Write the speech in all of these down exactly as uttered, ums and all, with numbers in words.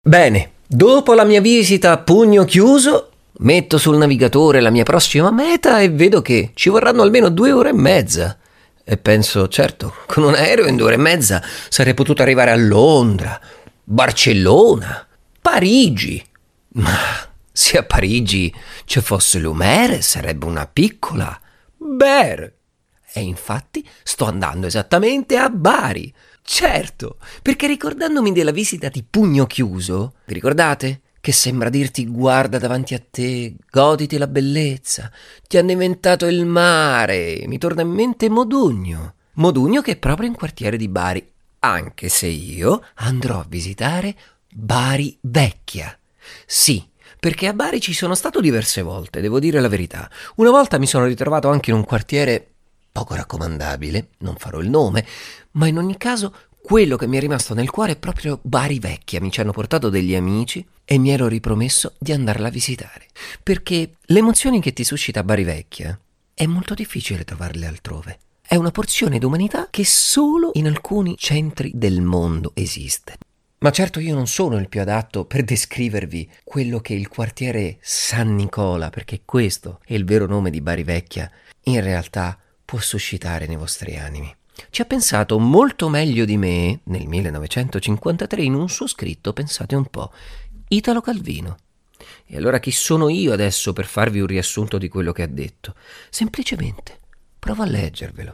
Bene, dopo la mia visita a pugno chiuso, metto sul navigatore la mia prossima meta e vedo che ci vorranno almeno due ore e mezza. E penso, certo, con un aereo in due ore e mezza sarei potuto arrivare a Londra, Barcellona, Parigi. Ma se a Parigi ci fosse Lumere sarebbe una piccola Bear. E infatti sto andando esattamente a Bari. Certo, perché ricordandomi della visita di pugno chiuso, vi ricordate? Che sembra dirti guarda davanti a te, goditi la bellezza, ti hanno inventato il mare, mi torna in mente Modugno. Modugno che è proprio in quartiere di Bari, anche se io andrò a visitare Bari Vecchia. Sì, perché a Bari ci sono stato diverse volte, devo dire la verità. Una volta mi sono ritrovato anche in un quartiere poco raccomandabile, non farò il nome, ma in ogni caso quello che mi è rimasto nel cuore è proprio Bari Vecchia. Mi ci hanno portato degli amici e mi ero ripromesso di andarla a visitare, perché le emozioni che ti suscita Bari Vecchia è molto difficile trovarle altrove. È una porzione d'umanità che solo in alcuni centri del mondo esiste. Ma certo io non sono il più adatto per descrivervi quello che il quartiere San Nicola, perché questo è il vero nome di Bari Vecchia, in realtà può suscitare nei vostri animi. Ci ha pensato molto meglio di me nel millenovecentocinquantatré in un suo scritto, pensate un po', Italo Calvino. E allora chi sono io adesso per farvi un riassunto di quello che ha detto? Semplicemente provo a leggervelo.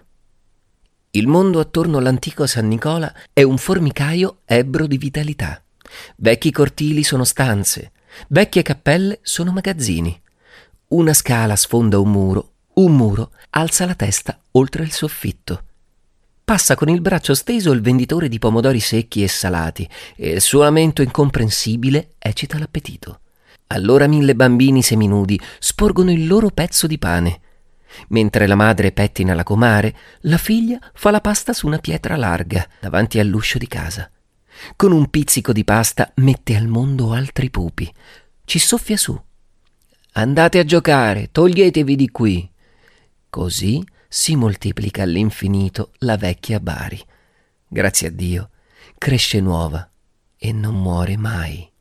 Il mondo attorno all'antico San Nicola è un formicaio ebbro di vitalità. Vecchi cortili sono stanze, vecchie cappelle sono magazzini. Una scala sfonda un muro, un muro alza la testa oltre il soffitto. Passa con il braccio steso il venditore di pomodori secchi e salati e il suo lamento incomprensibile eccita l'appetito. Allora mille bambini seminudi sporgono il loro pezzo di pane. Mentre la madre pettina la comare, la figlia fa la pasta su una pietra larga davanti all'uscio di casa. Con un pizzico di pasta mette al mondo altri pupi. Ci soffia su. Andate a giocare, toglietevi di qui. Così si moltiplica all'infinito la vecchia Bari. Grazie a Dio, cresce nuova e non muore mai.